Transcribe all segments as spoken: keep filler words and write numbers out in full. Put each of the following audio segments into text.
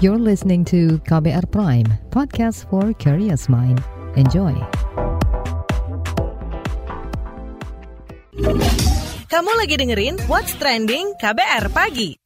You're listening to K B R Prime, podcast for curious mind. Enjoy. Kamu lagi dengerin What's Trending K B R Pagi.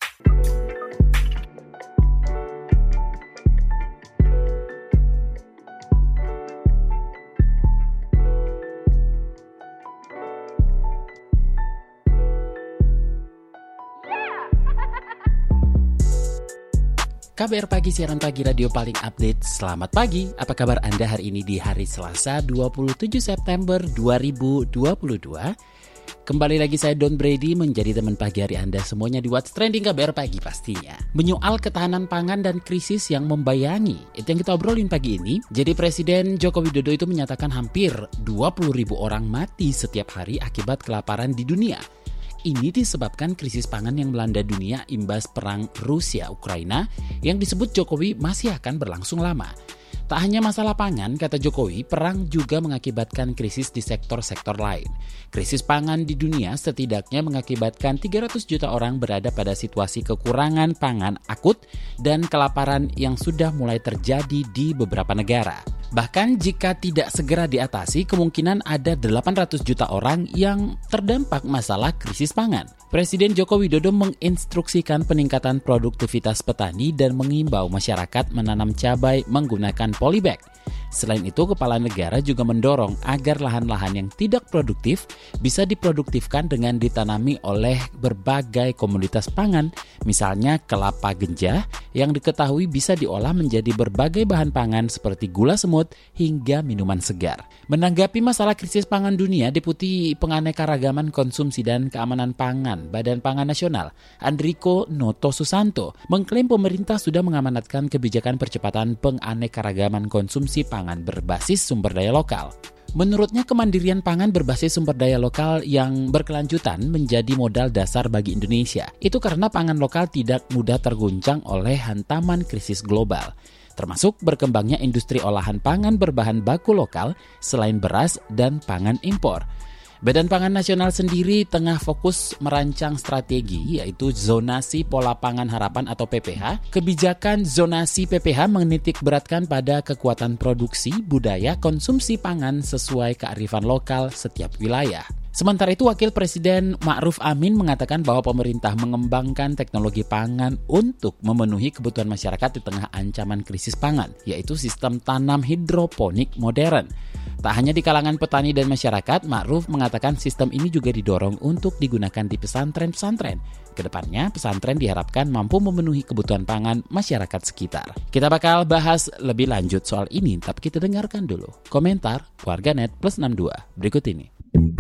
K B R Pagi, siaran pagi radio paling update. Selamat pagi, apa kabar Anda hari ini di hari Selasa dua puluh tujuh September dua ribu dua puluh dua? Kembali lagi saya Don Brady menjadi teman pagi hari Anda semuanya di What's Trending K B R Pagi pastinya. Menyoal ketahanan pangan dan krisis yang membayangi, itu yang kita obrolin pagi ini. Jadi Presiden Joko Widodo itu menyatakan hampir dua puluh ribu orang mati setiap hari akibat kelaparan di dunia. Ini disebabkan krisis pangan yang melanda dunia imbas perang Rusia-Ukraina yang disebut Jokowi masih akan berlangsung lama. Tak hanya masalah pangan, kata Jokowi, perang juga mengakibatkan krisis di sektor-sektor lain. Krisis pangan di dunia setidaknya mengakibatkan tiga ratus juta orang berada pada situasi kekurangan pangan akut dan kelaparan yang sudah mulai terjadi di beberapa negara. Bahkan jika tidak segera diatasi, kemungkinan ada delapan ratus juta orang yang terdampak masalah krisis pangan. Presiden Joko Widodo menginstruksikan peningkatan produktivitas petani dan mengimbau masyarakat menanam cabai menggunakan polybag. Selain itu, kepala negara juga mendorong agar lahan-lahan yang tidak produktif bisa diproduktifkan dengan ditanami oleh berbagai komoditas pangan, misalnya kelapa genjah yang diketahui bisa diolah menjadi berbagai bahan pangan seperti gula semut hingga minuman segar. Menanggapi masalah krisis pangan dunia, Deputi Penganekaragaman Konsumsi dan Keamanan Pangan Badan Pangan Nasional, Andriko Noto Susanto, mengklaim pemerintah sudah mengamanatkan kebijakan percepatan penganekaragaman konsumsi pangan berbasis sumber daya lokal. Menurutnya, kemandirian pangan berbasis sumber daya lokal yang berkelanjutan menjadi modal dasar bagi Indonesia. Itu karena pangan lokal tidak mudah terguncang oleh hantaman krisis global, termasuk berkembangnya industri olahan pangan berbahan baku lokal selain beras dan pangan impor. Badan Pangan Nasional sendiri tengah fokus merancang strategi yaitu zonasi pola pangan harapan atau P P H. Kebijakan zonasi P P H menitik beratkan pada kekuatan produksi, budaya, konsumsi pangan sesuai kearifan lokal setiap wilayah. Sementara itu, Wakil Presiden Ma'ruf Amin mengatakan bahwa pemerintah mengembangkan teknologi pangan untuk memenuhi kebutuhan masyarakat di tengah ancaman krisis pangan, yaitu sistem tanam hidroponik modern. Tak hanya di kalangan petani dan masyarakat, Ma'ruf mengatakan sistem ini juga didorong untuk digunakan di pesantren-pesantren. Kedepannya, pesantren diharapkan mampu memenuhi kebutuhan pangan masyarakat sekitar. Kita bakal bahas lebih lanjut soal ini, tapi kita dengarkan dulu komentar Warganet Plus enam dua berikut ini.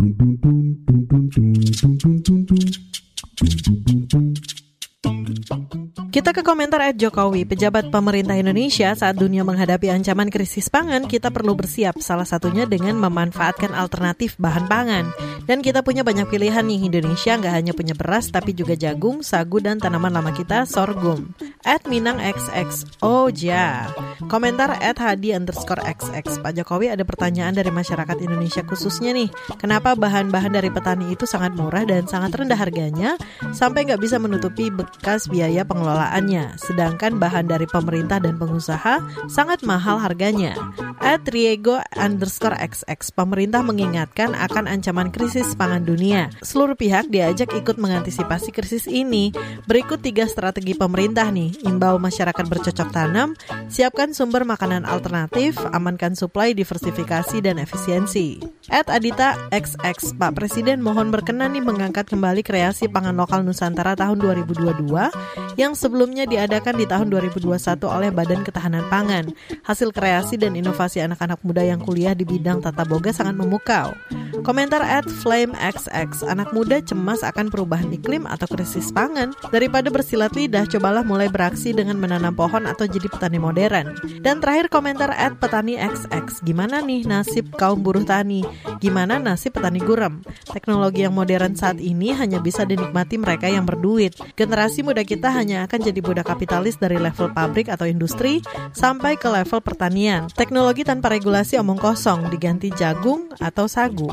Kita ke komentar at Jokowi, pejabat pemerintah Indonesia saat dunia menghadapi ancaman krisis pangan, kita perlu bersiap, salah satunya dengan memanfaatkan alternatif bahan pangan. Dan kita punya banyak pilihan nih, Indonesia nggak hanya punya beras, tapi juga jagung, sagu, dan tanaman lama kita, sorghum. At Minang X X, oh ja. Komentar at Hadi underscore X X, Pak Jokowi, ada pertanyaan dari masyarakat Indonesia khususnya nih, kenapa bahan-bahan dari petani itu sangat murah dan sangat rendah harganya, sampai nggak bisa menutupi bekas biaya pengelolaannya, sedangkan bahan dari pemerintah dan pengusaha sangat mahal harganya. At Riego underscore X X, pemerintah mengingatkan akan ancaman krisis pangan dunia. Seluruh pihak diajak ikut mengantisipasi krisis ini. Berikut tiga strategi pemerintah nih, imbau masyarakat bercocok tanam, siapkan sumber makanan alternatif, amankan suplai, diversifikasi, dan efisiensi. At Adita X X, Pak Presiden mohon berkenan nih mengangkat kembali kreasi pangan lokal Nusantara tahun dua ribu dua puluh dua yang sebelumnya diadakan di tahun dua ribu dua puluh satu oleh Badan Ketahanan Pangan. Hasil kreasi dan inovasi anak-anak muda yang kuliah di bidang tata boga sangat memukau. Komentar at Flame X X, anak muda cemas akan perubahan iklim atau krisis pangan. Daripada bersilat lidah, cobalah mulai beraksi dengan menanam pohon atau jadi petani modern. Dan terakhir komentar at Petani X X, gimana nih nasib kaum buruh tani? Gimana nasib petani gurem? Teknologi yang modern saat ini hanya bisa dinikmati mereka yang berduit. Generasi muda kita hanya akan jadi budak kapitalis dari level pabrik atau industri sampai ke level pertanian. Teknologi tanpa regulasi omong kosong, diganti jagung atau sagu.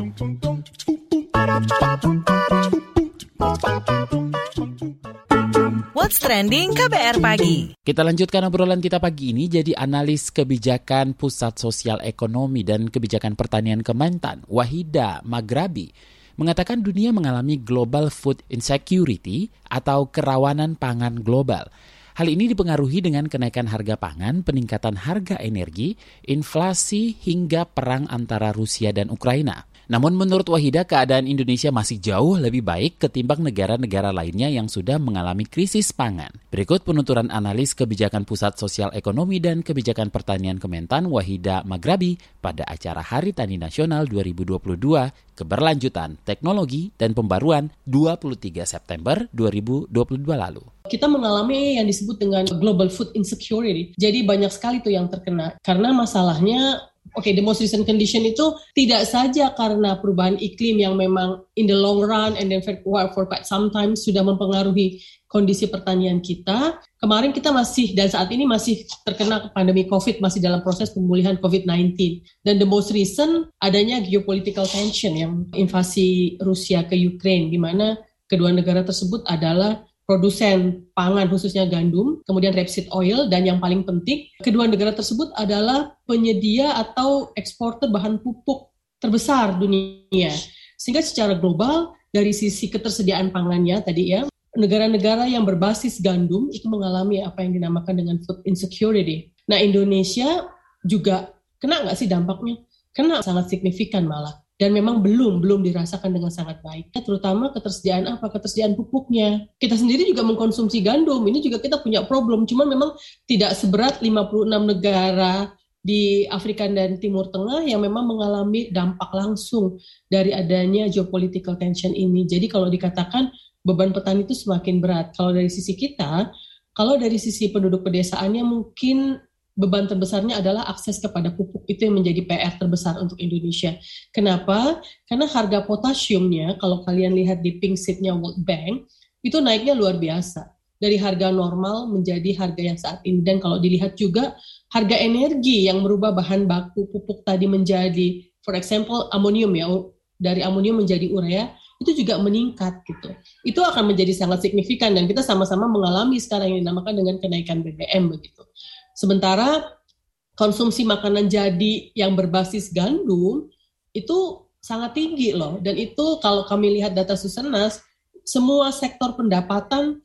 What's Trending K B R Pagi. Kita lanjutkan obrolan kita pagi ini. Jadi analis kebijakan Pusat Sosial Ekonomi dan Kebijakan Pertanian Kementan, Wahida Maghrabi, mengatakan dunia mengalami global food insecurity atau kerawanan pangan global. Hal ini dipengaruhi dengan kenaikan harga pangan, peningkatan harga energi, inflasi, hingga perang antara Rusia dan Ukraina. Namun menurut Wahida, keadaan Indonesia masih jauh lebih baik ketimbang negara-negara lainnya yang sudah mengalami krisis pangan. Berikut penuturan analis kebijakan Pusat Sosial Ekonomi dan Kebijakan Pertanian Kementan, Wahida Maghrabi, pada acara Hari Tani Nasional dua ribu dua puluh dua, Keberlanjutan Teknologi dan Pembaruan dua puluh tiga September dua ribu dua puluh dua lalu. Kita mengalami yang disebut dengan global food insecurity. Jadi banyak sekali tuh yang terkena. Karena masalahnya, oke, okay, the most recent condition itu tidak saja karena perubahan iklim yang memang in the long run and then for, for quite some time sudah mempengaruhi kondisi pertanian kita. Kemarin kita masih, dan saat ini masih terkena pandemi COVID, masih dalam proses pemulihan covid sembilan belas. Dan the most recent adanya geopolitical tension yang invasi Rusia ke Ukraine, di mana kedua negara tersebut adalah produsen pangan khususnya gandum, kemudian rapeseed oil, dan yang paling penting, kedua negara tersebut adalah penyedia atau eksporter bahan pupuk terbesar dunia. Sehingga secara global, dari sisi ketersediaan pangannya tadi ya, negara-negara yang berbasis gandum itu mengalami apa yang dinamakan dengan food insecurity. Nah, Indonesia juga kena nggak sih dampaknya? Kena sangat signifikan malah. Dan memang belum belum dirasakan dengan sangat baik, terutama ketersediaan apa? Ketersediaan pupuknya. Kita sendiri juga mengkonsumsi gandum, ini juga kita punya problem, cuman memang tidak seberat lima puluh enam negara di Afrika dan Timur Tengah yang memang mengalami dampak langsung dari adanya geopolitical tension ini. Jadi kalau dikatakan beban petani itu semakin berat. Kalau dari sisi kita, kalau dari sisi penduduk pedesaannya mungkin beban terbesarnya adalah akses kepada pupuk, itu yang menjadi P R terbesar untuk Indonesia. Kenapa? Karena harga potasiumnya, kalau kalian lihat di pink sheet-nya World Bank, itu naiknya luar biasa. Dari harga normal menjadi harga yang saat ini. Dan kalau dilihat juga, harga energi yang merubah bahan baku pupuk tadi menjadi, for example, amonium ya, dari amonium menjadi urea, itu juga meningkat gitu. Itu akan menjadi sangat signifikan dan kita sama-sama mengalami sekarang yang dinamakan dengan kenaikan B B M begitu. Sementara konsumsi makanan jadi yang berbasis gandum itu sangat tinggi loh. Dan itu kalau kami lihat data Susenas, semua sektor pendapatan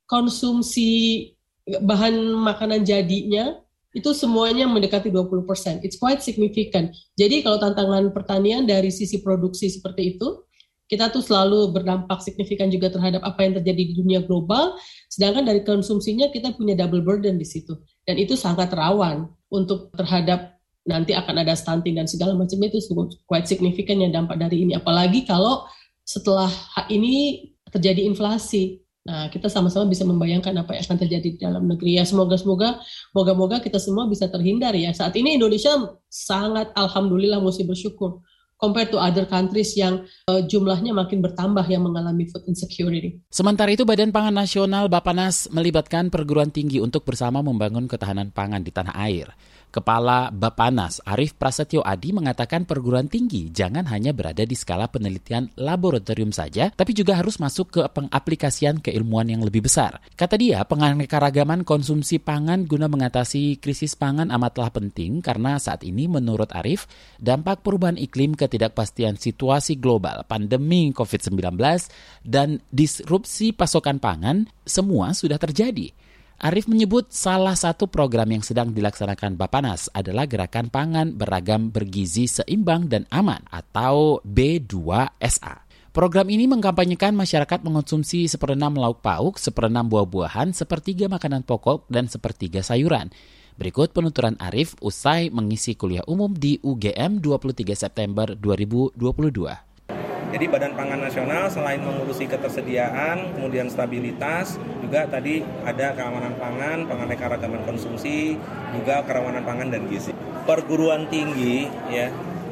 konsumsi bahan makanan jadinya itu semuanya mendekati dua puluh persen. It's quite significant. Jadi kalau tantangan pertanian dari sisi produksi seperti itu, kita tuh selalu berdampak signifikan juga terhadap apa yang terjadi di dunia global, sedangkan dari konsumsinya kita punya double burden di situ. Dan itu sangat rawan untuk terhadap nanti akan ada stunting dan segala macam, itu quite signifikan yang dampak dari ini. Apalagi kalau setelah ini terjadi inflasi. Nah, kita sama-sama bisa membayangkan apa yang akan terjadi di dalam negeri. Ya, semoga-semoga, moga-moga kita semua bisa terhindar ya. Saat ini Indonesia sangat, alhamdulillah, mesti bersyukur compared to other countries yang uh, jumlahnya makin bertambah yang mengalami food insecurity. Sementara itu, Badan Pangan Nasional Bappenas melibatkan perguruan tinggi untuk bersama membangun ketahanan pangan di tanah air. Kepala Bappenas, Arief Prasetyo Adi, mengatakan perguruan tinggi jangan hanya berada di skala penelitian laboratorium saja, tapi juga harus masuk ke pengaplikasian keilmuan yang lebih besar. Kata dia, penganekaragaman konsumsi pangan guna mengatasi krisis pangan amatlah penting karena saat ini menurut Arief, dampak perubahan iklim, ketidakpastian situasi global, pandemi covid sembilan belas, dan disrupsi pasokan pangan semua sudah terjadi. Arief menyebut salah satu program yang sedang dilaksanakan Bappenas adalah Gerakan Pangan Beragam Bergizi Seimbang dan Aman atau B dua S A. Program ini mengkampanyekan masyarakat mengonsumsi seperenam lauk pauk, seperenam buah-buahan, sepertiga makanan pokok, dan sepertiga sayuran. Berikut penuturan Arief usai mengisi kuliah umum di U G M dua puluh tiga September dua ribu dua puluh dua. Jadi Badan Pangan Nasional selain mengurusi ketersediaan, kemudian stabilitas, juga tadi ada keamanan pangan, penganekaragaman konsumsi, juga kerawanan pangan dan gizi. Perguruan tinggi ya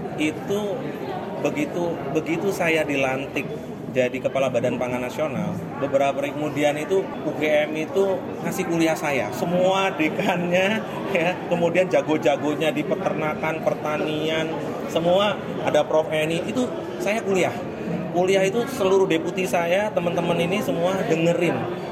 itu begitu begitu saya dilantik jadi Kepala Badan Pangan Nasional, beberapa hari kemudian itu U G M itu ngasih kuliah saya, semua dekannya ya, kemudian jago-jagonya di peternakan, pertanian, semua ada Prof Eni, itu saya kuliah. Kuliah itu seluruh deputi saya, teman-teman ini semua dengerin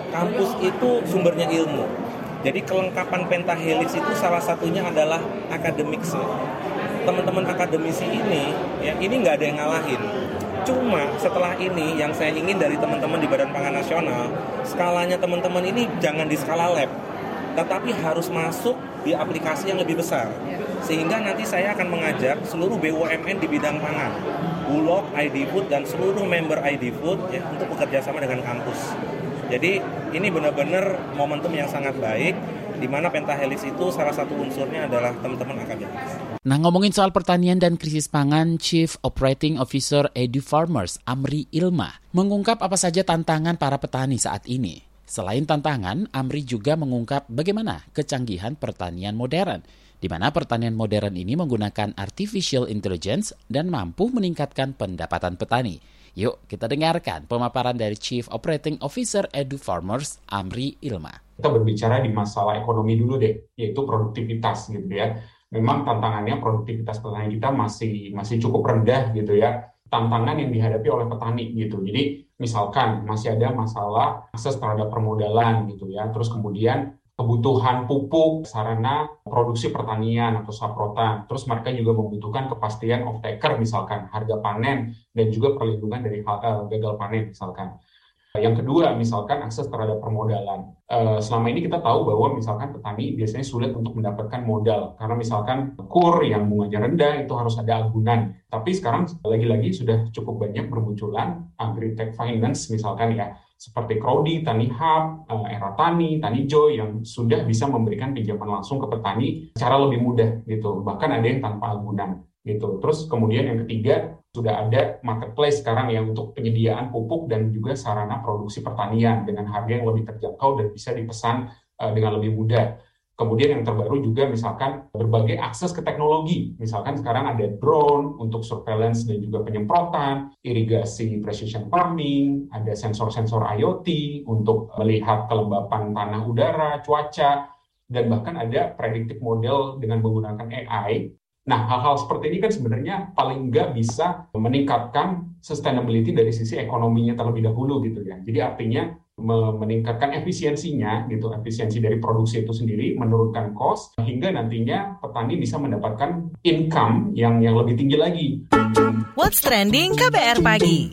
kampus itu sumbernya ilmu. Jadi kelengkapan pentahelix itu salah satunya adalah akademik. Teman-teman akademisi ini, ya ini nggak ada yang ngalahin. Cuma setelah ini yang saya ingin dari teman-teman di Badan Pangan Nasional, skalanya teman-teman ini jangan di skala lab, tetapi harus masuk di aplikasi yang lebih besar. Sehingga nanti saya akan mengajak seluruh B U M N di bidang pangan, Bulog, I D Food, dan seluruh member I D Food ya, untuk bekerja sama dengan kampus. Jadi ini benar-benar momentum yang sangat baik, di mana pentahelix itu salah satu unsurnya adalah teman-teman akademik. Nah, ngomongin soal pertanian dan krisis pangan, Chief Operating Officer EduFarmers, Amri Ilma, mengungkap apa saja tantangan para petani saat ini. Selain tantangan, Amri juga mengungkap bagaimana kecanggihan pertanian modern, di mana pertanian modern ini menggunakan artificial intelligence dan mampu meningkatkan pendapatan petani. Yuk, kita dengarkan pemaparan dari Chief Operating Officer EduFarmers, Amri Ilma. Kita berbicara di masalah ekonomi dulu deh, yaitu produktivitas gitu ya. Memang tantangannya produktivitas petani kita masih masih cukup rendah gitu ya. Tantangan yang dihadapi oleh petani gitu. Jadi misalkan masih ada masalah akses terhadap permodalan gitu ya. Terus kemudian kebutuhan pupuk, sarana produksi pertanian atau saprotan. Terus mereka juga membutuhkan kepastian off-taker misalkan, harga panen dan juga perlindungan dari hal, gagal panen misalkan. Yang kedua, misalkan akses terhadap permodalan. Uh, selama ini kita tahu bahwa misalkan petani biasanya sulit untuk mendapatkan modal. Karena misalkan kur yang bunganya rendah itu harus ada agunan. Tapi sekarang lagi-lagi sudah cukup banyak bermunculan agri-tech finance misalkan ya. Seperti Crowdy, Tani Hub, uh, Era Tani, Tani Joy yang sudah bisa memberikan pinjaman langsung ke petani secara lebih mudah gitu. Bahkan ada yang tanpa agunan gitu. Terus kemudian yang ketiga, sudah ada marketplace sekarang yang untuk penyediaan pupuk dan juga sarana produksi pertanian dengan harga yang lebih terjangkau dan bisa dipesan uh, dengan lebih mudah. Kemudian yang terbaru juga misalkan berbagai akses ke teknologi. Misalkan sekarang ada drone untuk surveillance dan juga penyemprotan, irigasi precision farming, ada sensor-sensor I O T untuk melihat kelembapan tanah, udara, cuaca, dan bahkan ada predictive model dengan menggunakan A I. Nah, hal-hal seperti ini kan sebenarnya paling nggak bisa meningkatkan sustainability dari sisi ekonominya terlebih dahulu gitu ya. Jadi artinya meningkatkan efisiensinya gitu, efisiensi dari produksi itu sendiri, menurunkan cost, hingga nantinya petani bisa mendapatkan income yang yang lebih tinggi lagi. What's Trending K B R Pagi.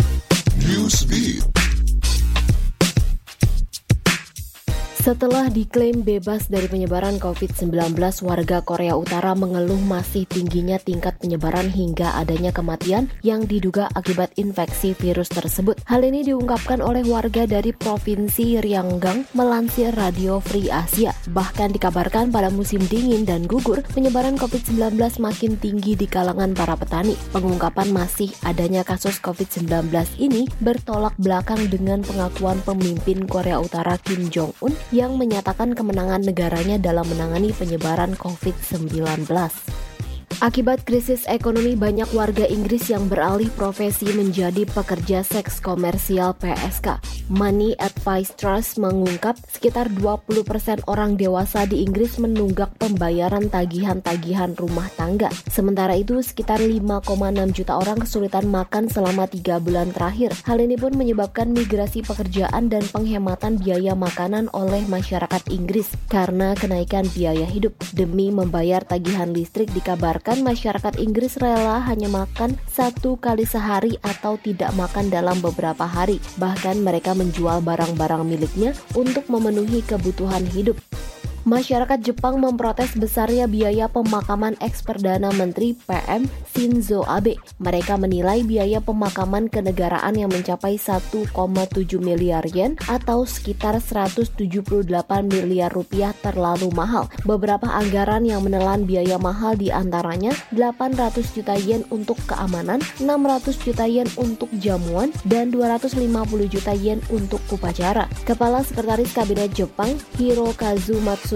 Newsbeat. Setelah diklaim bebas dari penyebaran covid sembilan belas, warga Korea Utara mengeluh masih tingginya tingkat penyebaran hingga adanya kematian yang diduga akibat infeksi virus tersebut. Hal ini diungkapkan oleh warga dari Provinsi Ryanggang melansir Radio Free Asia. Bahkan dikabarkan pada musim dingin dan gugur, penyebaran covid sembilan belas makin tinggi di kalangan para petani. Pengungkapan masih adanya kasus covid sembilan belas ini bertolak belakang dengan pengakuan pemimpin Korea Utara Kim Jong-un yang menyatakan kemenangan negaranya dalam menangani penyebaran covid sembilan belas. Akibat krisis ekonomi, banyak warga Inggris yang beralih profesi menjadi pekerja seks komersial P S K. Money Advice Trust mengungkap sekitar dua puluh persen orang dewasa di Inggris menunggak pembayaran tagihan-tagihan rumah tangga. Sementara itu, sekitar lima koma enam juta orang kesulitan makan selama tiga bulan terakhir. Hal ini pun menyebabkan migrasi pekerjaan dan penghematan biaya makanan oleh masyarakat Inggris karena kenaikan biaya hidup. Demi membayar tagihan listrik, dikabarkan masyarakat Inggris rela hanya makan satu kali sehari atau tidak makan dalam beberapa hari. Bahkan mereka menjual barang-barang miliknya untuk memenuhi kebutuhan hidup. Masyarakat Jepang memprotes besarnya biaya pemakaman eks-Perdana Menteri P M Shinzo Abe. Mereka menilai biaya pemakaman kenegaraan yang mencapai satu koma tujuh miliar yen atau sekitar seratus tujuh puluh delapan miliar rupiah terlalu mahal. Beberapa anggaran yang menelan biaya mahal diantaranya delapan ratus juta yen untuk keamanan, enam ratus juta yen untuk jamuan, dan dua ratus lima puluh juta yen untuk upacara. Kepala Sekretaris Kabinet Jepang Hirokazu Matsuda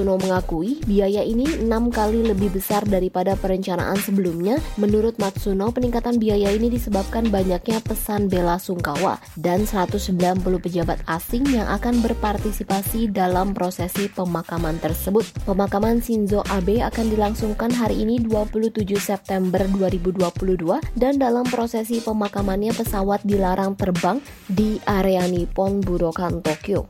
Matsuno mengakui biaya ini enam kali lebih besar daripada perencanaan sebelumnya. Menurut Matsuno, peningkatan biaya ini disebabkan banyaknya pesan bela sungkawa dan seratus sembilan puluh pejabat asing yang akan berpartisipasi dalam prosesi pemakaman tersebut. Pemakaman Shinzo Abe akan dilangsungkan hari ini dua puluh tujuh September dua ribu dua puluh dua dan dalam prosesi pemakamannya pesawat dilarang terbang di area Nippon Budokan Tokyo.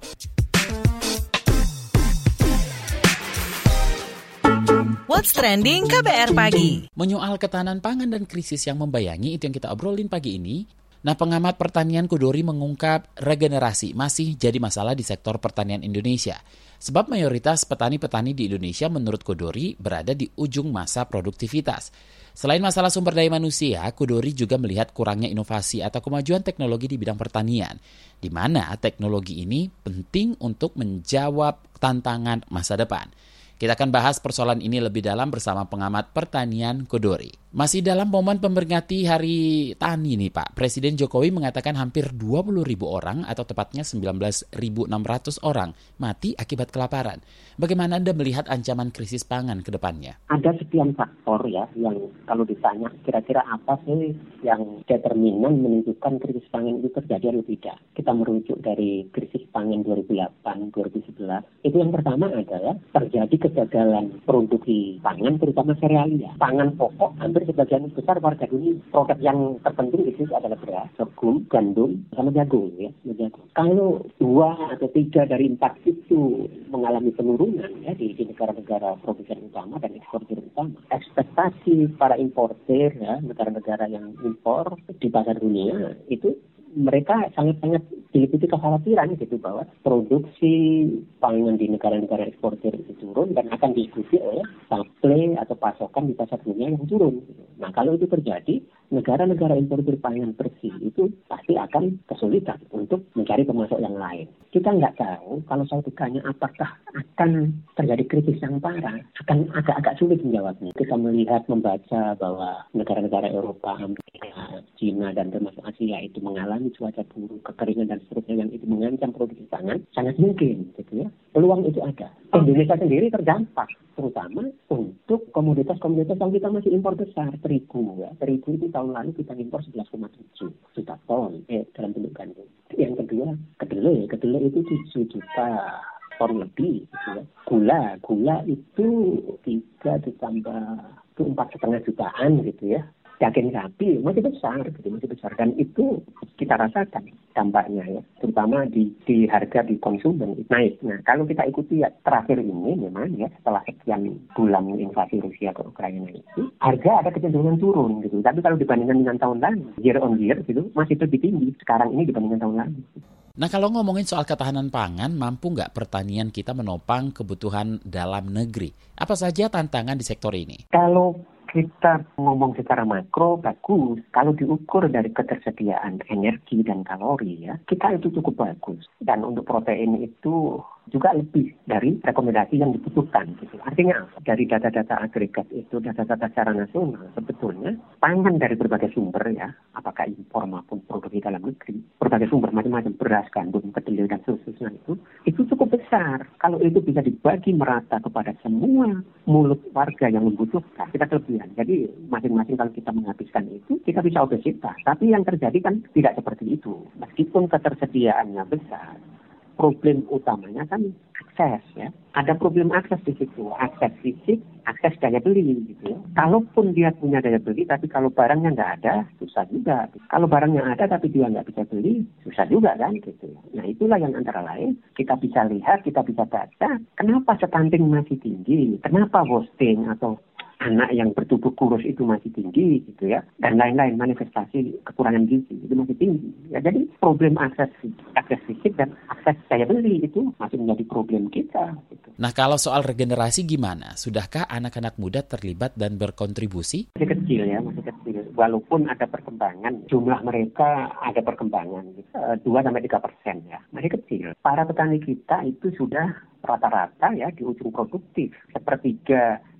What's Trending K B R Pagi. Menyoal ketahanan pangan dan krisis yang membayangi, itu yang kita obrolin pagi ini. Nah, pengamat pertanian Kodori mengungkap regenerasi masih jadi masalah di sektor pertanian Indonesia. Sebab mayoritas petani-petani di Indonesia menurut Kodori berada di ujung masa produktivitas. Selain masalah sumber daya manusia, Kodori juga melihat kurangnya inovasi atau kemajuan teknologi di bidang pertanian, di mana teknologi ini penting untuk menjawab tantangan masa depan. Kita akan bahas persoalan ini lebih dalam bersama pengamat pertanian Kodori. Masih dalam momen memperingati Hari Tani nih Pak, Presiden Jokowi mengatakan hampir dua puluh ribu orang atau tepatnya sembilan belas ribu enam ratus orang mati akibat kelaparan. Bagaimana Anda melihat ancaman krisis pangan ke depannya? Ada sekian faktor ya yang kalau ditanya kira-kira apa sih yang determinan menentukan krisis pangan itu terjadi atau tidak. Kita merujuk dari krisis pangan dua ribu delapan dua ribu sebelas. Itu yang pertama adalah terjadi kegagalan produksi pangan terutama serealia. Pangan pokok hampir sebagian besar warga dunia. Produk yang terpenting itu adalah beras, sorghum, gandum, sama jagung ya. Jagung. Kalau dua atau tiga dari empat itu mengalami penurunan ya di, di negara-negara produsen utama dan eksportir utama, ekspektasi para importer ya negara-negara yang impor di pasar dunia itu mereka sangat-sangat diliputi kekhawatiran gitu bahwa produksi pangan di negara-negara eksportir itu turun dan akan diikuti oleh supply atau pasokan di pasar dunia yang turun. Nah kalau itu terjadi, negara-negara importir pangan bersih itu pasti akan kesulitan untuk mencari pemasok yang lain. Kita nggak tahu kalau suatu kanya apakah akan terjadi krisis yang parah, akan agak-agak sulit menjawabnya. Kita melihat, membaca bahwa negara-negara Eropa, Amerika, Cina, dan termasuk Asia itu mengalami cuaca buruk, kekeringan, dan seterusnya yang itu mengancam produksi pangan, sangat mungkin gitu ya. Peluang itu ada. Indonesia sendiri terdampak, terutama untuk komoditas-komoditas yang kita masih impor besar, terigu ya. Terigu itu tahun lalu kita impor sebelas koma tujuh juta ton eh, dalam bentuk gandum. Yang kedua, kedelai. Kedelai itu tujuh juta ton lebih gitu ya. Gula, gula itu tiga ditambah itu empat setengah jutaan gitu ya. Daging sapi masih besar, gitu, masih besar dan itu kita rasakan dampaknya ya, terutama di di harga di konsumen naik. Nah kalau kita ikuti ya terakhir ini memang ya setelah sekian bulan invasi Rusia ke Ukraina itu harga ada kecenderungan turun gitu. Tapi kalau dibandingkan dengan tahun lalu year on year gitu masih lebih tinggi sekarang ini dibandingkan tahun lalu. Nah kalau ngomongin soal ketahanan pangan, mampu nggak pertanian kita menopang kebutuhan dalam negeri? Apa saja tantangan di sektor ini? Kalau kita ngomong secara makro bagus, kalau diukur dari ketersediaan energi dan kalori ya, kita itu cukup bagus. Dan untuk protein itu juga lebih dari rekomendasi yang dibutuhkan. Gitu. Artinya dari data-data agregat itu, data-data secara nasional, sebetulnya pangan dari berbagai sumber ya, apakah impor maupun produksi dalam negeri, berbagai sumber macam-macam, beras, gandum, kedelai, dan seterusnya itu, itu cukup besar. Kalau itu bisa dibagi merata kepada semua mulut warga yang membutuhkan, kita kelebihan. Jadi masing-masing kalau kita menghabiskan itu, kita bisa obesitas. Tapi yang terjadi kan tidak seperti itu. Meskipun ketersediaannya besar, problem utamanya kan akses ya. Ada problem akses di situ, akses fisik, akses daya beli gitu ya. Kalaupun dia punya daya beli, tapi kalau barangnya nggak ada, susah juga. Kalau barangnya ada tapi dia nggak bisa beli, susah juga kan gitu. Nah itulah yang antara lain kita bisa lihat, kita bisa baca, kenapa stunting masih tinggi, kenapa wasting atau anak yang bertubuh kurus itu masih tinggi gitu ya, dan lain-lain manifestasi kekurangan gizi itu masih tinggi ya. Jadi problem akses akses fisik dan akses daya beli itu masih menjadi problem kita gitu. Nah kalau soal regenerasi gimana? Sudahkah anak-anak muda terlibat dan berkontribusi? Masih kecil ya, masih kecil. Walaupun ada perkembangan, jumlah mereka ada perkembangan gitu. dua sampai tiga persen ya, masih kecil. Para petani kita itu sudah rata-rata ya di ujung produktif, sepertiga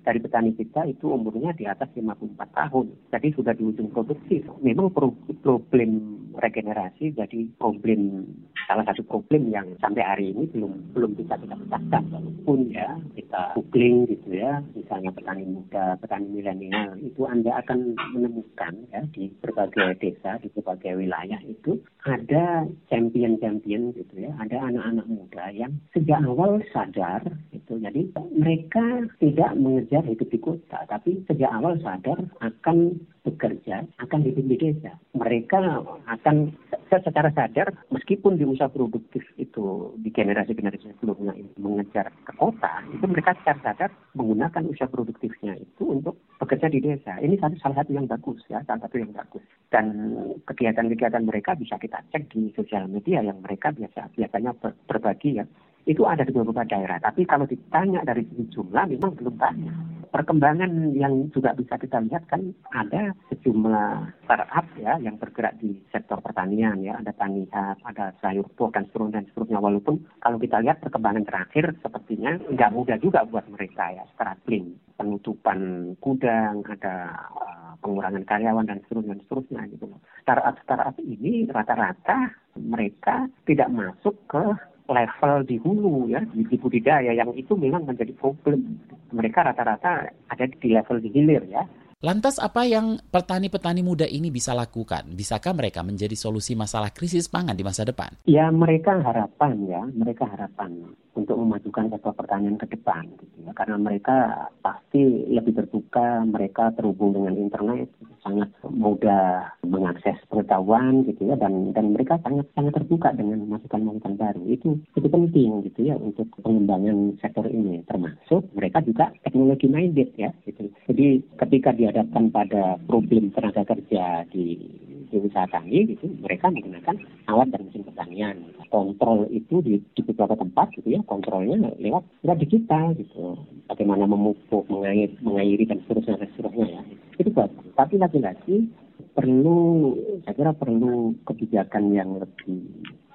dari petani kita itu umurnya di atas lima puluh empat tahun. Jadi sudah di ujung produktif. Memang problem regenerasi jadi problem, salah satu problem yang sampai hari ini belum belum bisa kita pecahkan. Walaupun ya kita googling gitu ya, misalnya petani muda, petani milenial, itu Anda akan menemukan ya di berbagai desa, di berbagai wilayah itu ada champion-champion gitu ya, ada anak-anak muda yang sejak awal sadar gitu. Jadi mereka tidak mengejar hidup di kota, tapi sejak awal sadar akan bekerja, akan hidup di desa. Mereka akan secara sadar, meskipun di usaha produktif itu di generasi-generasi sebelumnya itu mengejar ke kota, itu mereka secara sadar menggunakan usaha produktifnya itu untuk bekerja di desa. Ini satu salah satu yang bagus ya, salah satu yang bagus. Dan kegiatan-kegiatan mereka bisa kita cek di sosial media yang mereka biasa biasanya ber, berbagi ya. Itu ada di beberapa daerah, tapi kalau ditanya dari segi jumlah memang belum banyak. Perkembangan yang juga bisa kita lihat kan ada sejumlah startup ya yang bergerak di sektor pertanian ya, ada Tanihat, ada Sayur Po dan seterusnya dan seterusnya. Walaupun kalau kita lihat perkembangan terakhir sepertinya nggak mudah juga buat mereka ya, struggling, penutupan gudang, ada uh, pengurangan karyawan dan seterusnya dan seterusnya gitu loh. Startup-startup ini rata-rata mereka tidak masuk ke level di hulu ya, di, di budidaya yang itu memang menjadi problem. Mereka rata-rata ada di level di hilir ya. Lantas apa yang petani-petani muda ini bisa lakukan? Bisakah mereka menjadi solusi masalah krisis pangan di masa depan? Ya mereka harapan ya, mereka harapan untuk memajukan sektor pertanian ke depan gitu ya. Karena mereka pasti lebih terbuka, mereka terhubung dengan internet, sangat mudah mengakses pengetahuan gitu ya, dan dan mereka sangat sangat terbuka dengan masukan-masukan baru. Itu itu penting gitu ya untuk pengembangan sektor ini, termasuk mereka juga teknologi minded ya gitu. Jadi ketika dihadapkan pada problem tenaga kerja di di usaha tani gitu, mereka menggunakan alat dan mesin pertanian. Kontrol itu di, di beberapa tempat gitu ya, kontrolnya lewat lewat digital gitu. Bagaimana memupuk, mengair, mengairi dan seterusnya dan seterusnya ya. Itu bagus. Tapi lagi-lagi perlu, saya kira perlu kebijakan yang lebih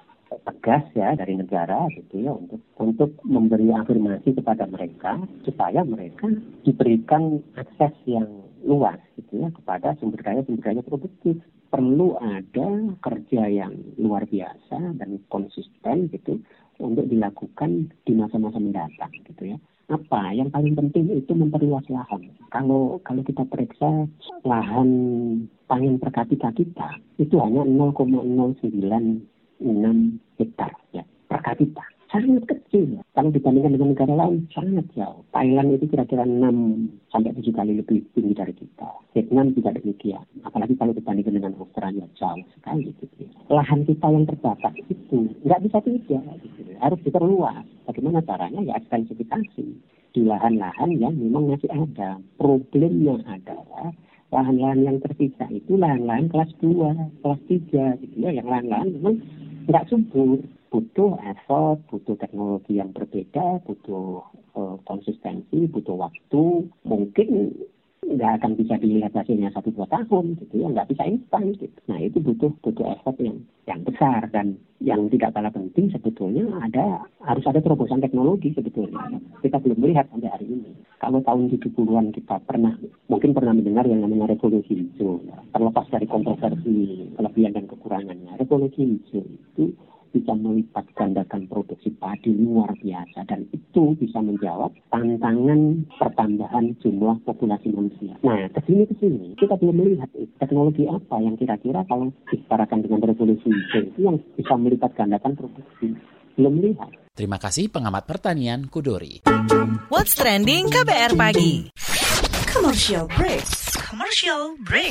tegas ya dari negara gitu ya untuk untuk memberi afirmasi kepada mereka supaya mereka diberikan akses yang luas gitu ya kepada sumber daya sumber daya produktif. Perlu ada kerja yang luar biasa dan konsisten gitu untuk dilakukan di masa-masa mendatang gitu ya. Apa yang paling penting itu memperluas lahan. Kalau kalau kita periksa lahan panen per kapita kita itu hanya nol koma nol sembilan enam hektar ya per kapita. Sangat kecil ya. Kalau dibandingkan dengan negara lain sangat jauh. Thailand itu kira-kira enam sampai tujuh kali lebih tinggi dari kita. Vietnam juga demikian. Apalagi kalau dibandingkan dengan Australia jauh sekali gitu ya. Lahan kita yang terbatas itu nggak bisa tidak gitu ya. Harus diperluas. Bagaimana caranya? Ya ekstensifikasi di lahan-lahan yang memang masih ada. Problemnya adalah lahan-lahan yang tersisa itu lahan-lahan kelas dua, kelas tiga gitu ya. Yang lahan-lahan memang nggak subur. Butuh effort, butuh teknologi yang berbeda, butuh uh, konsistensi, butuh waktu. Mungkin nggak akan bisa dilihat hasilnya satu dua tahun, gitu ya, nggak bisa instan. Gitu. Nah itu butuh butuh effort yang yang besar dan yang tidak kalah penting sebetulnya ada harus ada terobosan teknologi sebetulnya. Kita belum melihat sampai hari ini. Kalau tahun tujuh puluhan kita pernah mungkin pernah mendengar yang namanya revolusi hijau. Ya. Terlepas dari kontroversi kelebihan dan kekurangannya, revolusi hijau itu bisa melipat gandakan produksi padi luar biasa dan itu bisa menjawab tantangan pertambahan jumlah populasi manusia. Nah, kesini kesini kita belum melihat teknologi apa yang kira-kira kalau disetarakan dengan revolusi hijau itu yang bisa melipat gandakan produksi. Belum melihat. Terima kasih pengamat pertanian Kudori. What's trending K B R pagi? Commercial break. Commercial break.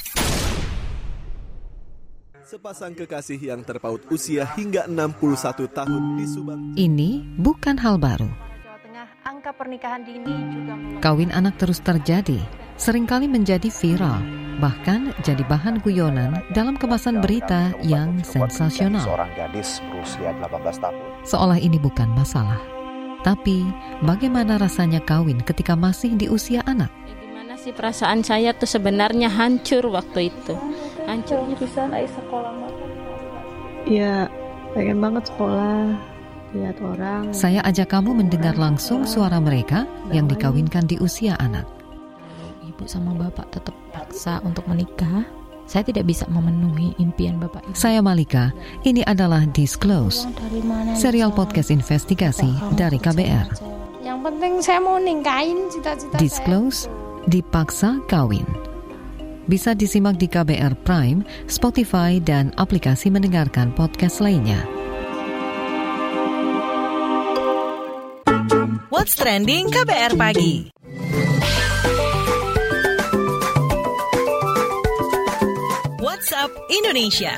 Sepasang kekasih yang terpaut usia hingga enam puluh satu tahun di Subang. Ini bukan hal baru. Jawa Tengah, angka pernikahan dini juga mulai... Kawin anak terus terjadi, seringkali menjadi viral, bahkan jadi bahan guyonan dalam kemasan berita yang sensasional. Seorang gadis berusia delapan belas tahun. Seolah ini bukan masalah. Tapi, bagaimana rasanya kawin ketika masih di usia anak? Ya, gimana sih perasaan saya tuh sebenarnya hancur waktu itu. Hancur bisa naik sekolah. Ya pengen banget sekolah, lihat orang. Saya ajak kamu mendengar langsung suara mereka yang dikawinkan di usia anak. Ibu sama bapak tetap paksa untuk menikah. Saya tidak bisa memenuhi impian bapak ibu. Saya Malika, ini adalah Disclose, serial podcast investigasi dari K B R. Yang penting saya mau ningkain cita-cita Disclose, dipaksa kawin. Bisa disimak di K B R Prime, Spotify, dan aplikasi mendengarkan podcast lainnya. What's Trending K B R Pagi. WhatsApp Indonesia.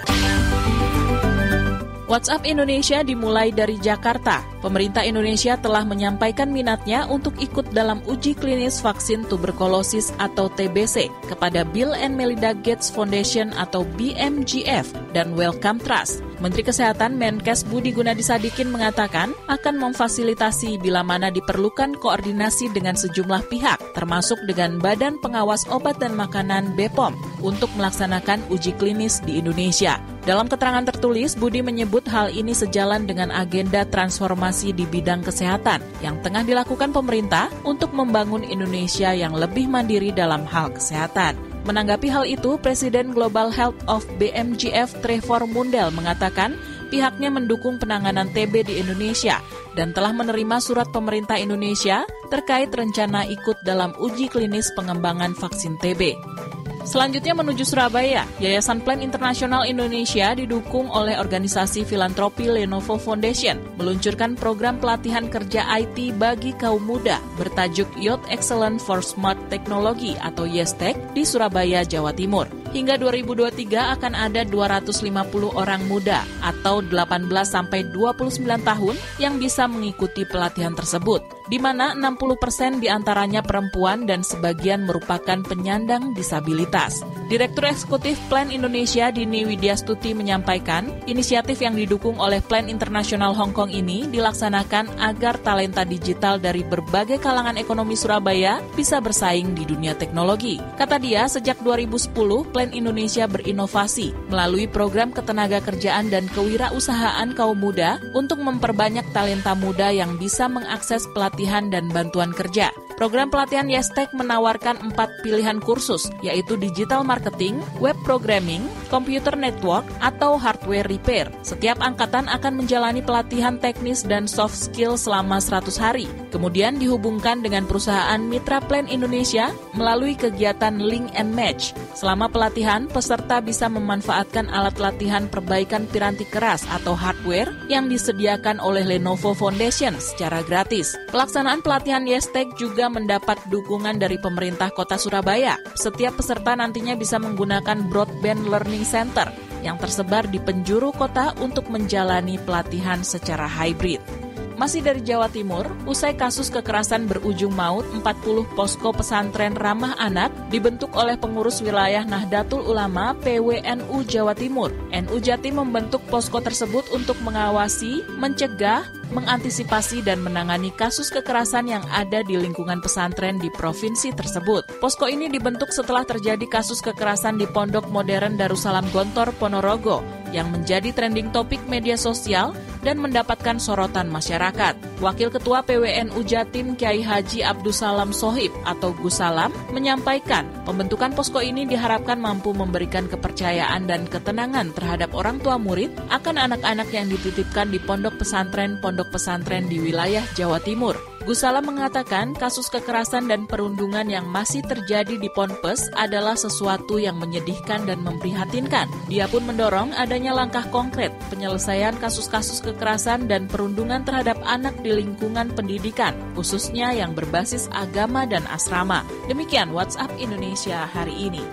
WhatsApp Indonesia dimulai dari Jakarta. Pemerintah Indonesia telah menyampaikan minatnya untuk ikut dalam uji klinis vaksin tuberkulosis atau T B C kepada Bill and Melinda Gates Foundation atau B M G F dan Wellcome Trust. Menteri Kesehatan Menkes Budi Gunadisadikin mengatakan akan memfasilitasi bila mana diperlukan koordinasi dengan sejumlah pihak, termasuk dengan Badan Pengawas Obat dan Makanan B P O M, untuk melaksanakan uji klinis di Indonesia. Dalam keterangan tertulis, Budi menyebut hal ini sejalan dengan agenda transformasi di bidang kesehatan yang tengah dilakukan pemerintah untuk membangun Indonesia yang lebih mandiri dalam hal kesehatan. Menanggapi hal itu, Presiden Global Health of B M G F Trevor Mundell mengatakan pihaknya mendukung penanganan T B di Indonesia dan telah menerima surat pemerintah Indonesia terkait rencana ikut dalam uji klinis pengembangan vaksin T B. Selanjutnya menuju Surabaya, Yayasan Plan Internasional Indonesia didukung oleh organisasi filantropi Lenovo Foundation meluncurkan program pelatihan kerja I T bagi kaum muda bertajuk Youth Excellence for Smart Technology atau YESTEC di Surabaya, Jawa Timur. Hingga dua ribu dua puluh tiga akan ada dua ratus lima puluh orang muda atau delapan belas sampai dua puluh sembilan tahun yang bisa mengikuti pelatihan tersebut, di mana enam puluh persen diantaranya perempuan dan sebagian merupakan penyandang disabilitas. Direktur Eksekutif Plan Indonesia Dini Widyastuti menyampaikan, inisiatif yang didukung oleh Plan Internasional Hong Kong ini dilaksanakan agar talenta digital dari berbagai kalangan ekonomi Surabaya bisa bersaing di dunia teknologi. Kata dia, sejak dua ribu sepuluh, Plan Indonesia berinovasi melalui program ketenaga kerjaan dan kewirausahaan kaum muda untuk memperbanyak talenta muda yang bisa mengakses pelatihan dan bantuan kerja. Program pelatihan YESTEC menawarkan empat pilihan kursus, yaitu digital marketing, web programming, computer network, atau hardware repair. Setiap angkatan akan menjalani pelatihan teknis dan soft skill selama seratus hari. Kemudian dihubungkan dengan perusahaan Mitra Plan Indonesia melalui kegiatan Link and Match. Selama pelatihan, peserta bisa memanfaatkan alat latihan perbaikan piranti keras atau hardware yang disediakan oleh Lenovo Foundation secara gratis. Pelaksanaan pelatihan YESTEC juga mendapat dukungan dari pemerintah Kota Surabaya. Setiap peserta nantinya bisa menggunakan Broadband Learning Center yang tersebar di penjuru kota untuk menjalani pelatihan secara hybrid. Masih dari Jawa Timur, usai kasus kekerasan berujung maut, empat puluh posko pesantren ramah anak dibentuk oleh pengurus wilayah Nahdlatul Ulama P W N U Jawa Timur. N U Jatim membentuk posko tersebut untuk mengawasi, mencegah, mengantisipasi dan menangani kasus kekerasan yang ada di lingkungan pesantren di provinsi tersebut. Posko ini dibentuk setelah terjadi kasus kekerasan di Pondok Modern Darussalam Gontor, Ponorogo, yang menjadi trending topik media sosial dan mendapatkan sorotan masyarakat. Wakil Ketua P W N U Jatim Kiai Haji Abdussalam Sohib atau Gus Salam menyampaikan pembentukan posko ini diharapkan mampu memberikan kepercayaan dan ketenangan terhadap orang tua murid akan anak-anak yang dititipkan di pondok pesantren-pondok pesantren di wilayah Jawa Timur. Gus Salam mengatakan kasus kekerasan dan perundungan yang masih terjadi di Ponpes adalah sesuatu yang menyedihkan dan memprihatinkan. Dia pun mendorong adanya langkah konkret penyelesaian kasus-kasus kekerasan dan perundungan terhadap anak di lingkungan pendidikan, khususnya yang berbasis agama dan asrama. Demikian WhatsApp Indonesia hari ini.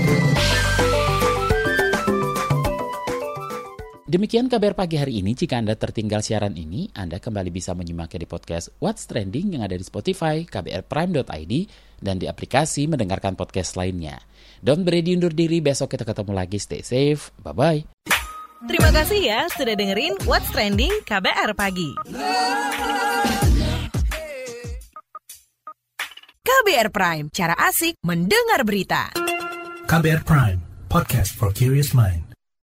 Demikian kabar pagi hari ini. Jika Anda tertinggal siaran ini, Anda kembali bisa menyimaknya di podcast What's Trending yang ada di Spotify, k b r prime dot i d, dan di aplikasi mendengarkan podcast lainnya. Don't be ready undur diri, besok kita ketemu lagi. Stay safe, bye-bye. Terima kasih ya sudah dengerin What's Trending K B R Pagi. K B R Prime, cara asik mendengar berita. K B R Prime, podcast for curious mind.